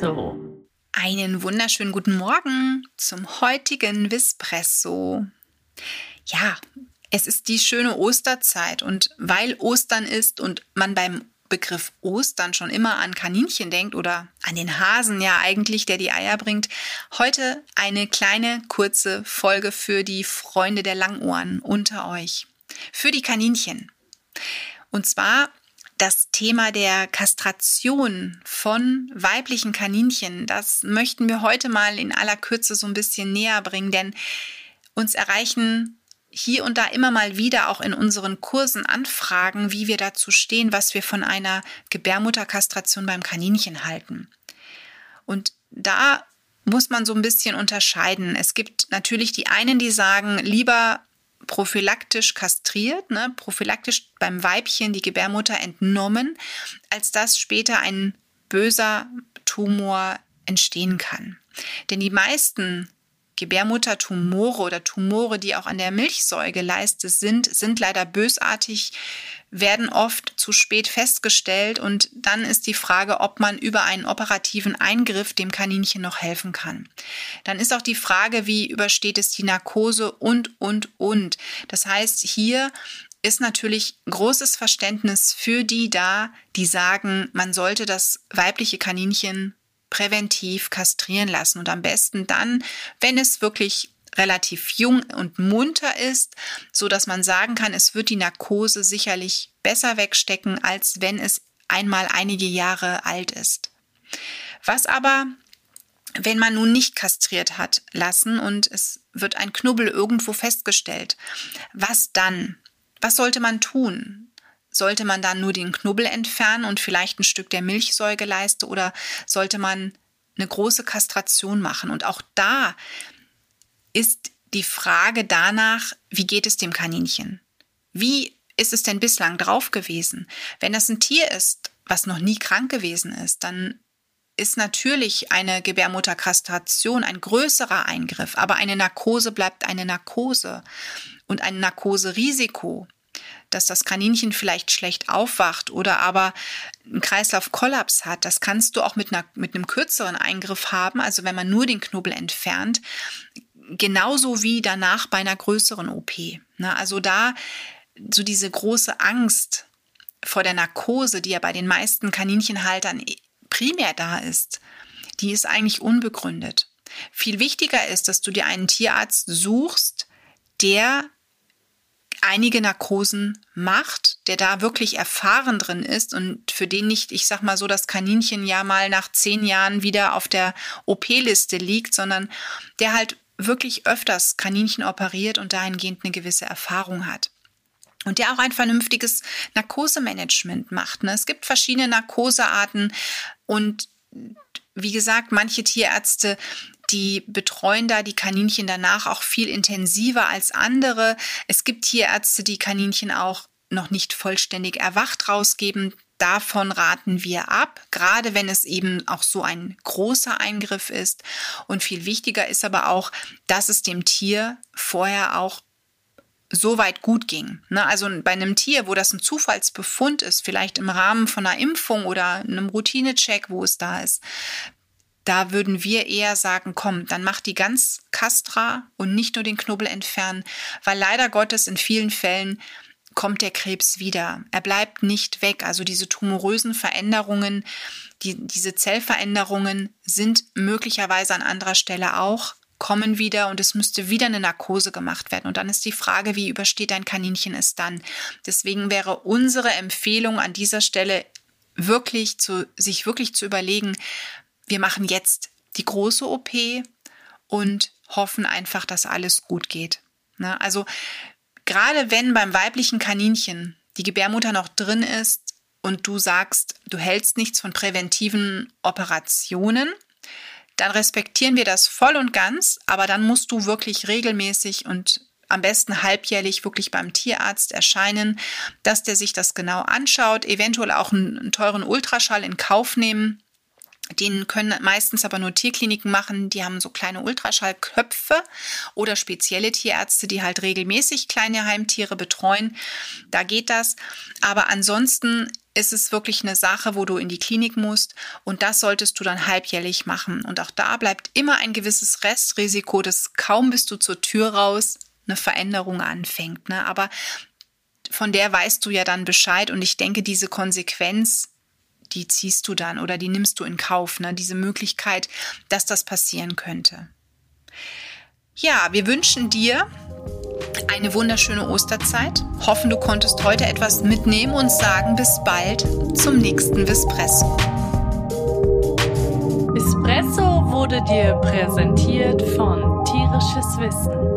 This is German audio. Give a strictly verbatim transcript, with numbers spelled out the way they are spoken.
Vispresso. Einen wunderschönen guten Morgen zum heutigen Vispresso. Ja, es ist die schöne Osterzeit und weil Ostern ist und man beim Begriff Ostern schon immer an Kaninchen denkt oder an den Hasen ja eigentlich, der die Eier bringt, heute eine kleine kurze Folge für die Freunde der Langohren unter euch, für die Kaninchen. Und zwar das Thema der Kastration von weiblichen Kaninchen, das möchten wir heute mal in aller Kürze so ein bisschen näher bringen, denn uns erreichen hier und da immer mal wieder auch in unseren Kursen Anfragen, wie wir dazu stehen, was wir von einer Gebärmutterkastration beim Kaninchen halten. Und da muss man so ein bisschen unterscheiden. Es gibt natürlich die einen, die sagen, lieber prophylaktisch kastriert, ne, prophylaktisch beim Weibchen die Gebärmutter entnommen, als dass später ein böser Tumor entstehen kann. Denn die meisten Gebärmuttertumore oder Tumore, die auch an der Milchsäugeleiste sind, sind leider bösartig, werden oft zu spät festgestellt und dann ist die Frage, ob man über einen operativen Eingriff dem Kaninchen noch helfen kann. Dann ist auch die Frage, wie übersteht es die Narkose und, und, und. Das heißt, hier ist natürlich großes Verständnis für die da, die sagen, man sollte das weibliche Kaninchen präventiv kastrieren lassen und am besten dann, wenn es wirklich relativ jung und munter ist, so dass man sagen kann, es wird die Narkose sicherlich besser wegstecken, als wenn es einmal einige Jahre alt ist. Was aber, wenn man nun nicht kastriert hat lassen und es wird ein Knubbel irgendwo festgestellt, was dann? Was sollte man tun? Sollte man dann nur den Knubbel entfernen und vielleicht ein Stück der Milchsäugeleiste oder sollte man eine große Kastration machen? Und auch da ist die Frage danach, wie geht es dem Kaninchen? Wie ist es denn bislang drauf gewesen? Wenn das ein Tier ist, was noch nie krank gewesen ist, dann ist natürlich eine Gebärmutterkastration ein größerer Eingriff, aber eine Narkose bleibt eine Narkose und ein Narkoserisiko, dass das Kaninchen vielleicht schlecht aufwacht oder aber einen Kreislaufkollaps hat, das kannst du auch mit, einer, mit einem kürzeren Eingriff haben, also wenn man nur den Knubbel entfernt, genauso wie danach bei einer größeren O P. Also da so diese große Angst vor der Narkose, die ja bei den meisten Kaninchenhaltern primär da ist, die ist eigentlich unbegründet. Viel wichtiger ist, dass du dir einen Tierarzt suchst, der einige Narkosen macht, der da wirklich erfahren drin ist und für den nicht, ich sag mal so, das Kaninchen ja mal nach zehn Jahren wieder auf der O P-Liste liegt, sondern der halt wirklich öfters Kaninchen operiert und dahingehend eine gewisse Erfahrung hat. Und der auch ein vernünftiges Narkosemanagement macht. Es gibt verschiedene Narkosearten und wie gesagt, manche Tierärzte, die betreuen da die Kaninchen danach auch viel intensiver als andere. Es gibt Tierärzte, die Kaninchen auch noch nicht vollständig erwacht rausgeben. Davon raten wir ab, gerade wenn es eben auch so ein großer Eingriff ist. Und viel wichtiger ist aber auch, dass es dem Tier vorher auch so weit gut ging. Also bei einem Tier, wo das ein Zufallsbefund ist, vielleicht im Rahmen von einer Impfung oder einem Routinecheck, wo es da ist, da würden wir eher sagen, komm, dann mach die ganz Kastra und nicht nur den Knubbel entfernen, weil leider Gottes in vielen Fällen kommt der Krebs wieder. Er bleibt nicht weg. Also diese tumorösen Veränderungen, die, diese Zellveränderungen sind möglicherweise an anderer Stelle auch, kommen wieder und es müsste wieder eine Narkose gemacht werden. Und dann ist die Frage, wie übersteht ein Kaninchen es dann? Deswegen wäre unsere Empfehlung an dieser Stelle wirklich zu, sich wirklich zu überlegen, wir machen jetzt die große O P und hoffen einfach, dass alles gut geht. Also gerade wenn beim weiblichen Kaninchen die Gebärmutter noch drin ist und du sagst, du hältst nichts von präventiven Operationen, dann respektieren wir das voll und ganz, aber dann musst du wirklich regelmäßig und am besten halbjährlich wirklich beim Tierarzt erscheinen, dass der sich das genau anschaut, eventuell auch einen, einen teuren Ultraschall in Kauf nehmen, Den können meistens aber nur Tierkliniken machen. Die haben so kleine Ultraschallköpfe oder spezielle Tierärzte, die halt regelmäßig kleine Heimtiere betreuen. Da geht das. Aber ansonsten ist es wirklich eine Sache, wo du in die Klinik musst. Und das solltest du dann halbjährlich machen. Und auch da bleibt immer ein gewisses Restrisiko, dass kaum bist du zur Tür raus, eine Veränderung anfängt. Ne? Aber von der weißt du ja dann Bescheid. Und ich denke, diese Konsequenz, die ziehst du dann oder die nimmst du in Kauf, ne? Diese Möglichkeit, dass das passieren könnte. Ja, wir wünschen dir eine wunderschöne Osterzeit. Hoffen, du konntest heute etwas mitnehmen und sagen bis bald zum nächsten Vispresso. Vispresso wurde dir präsentiert von Tierisches Wissen.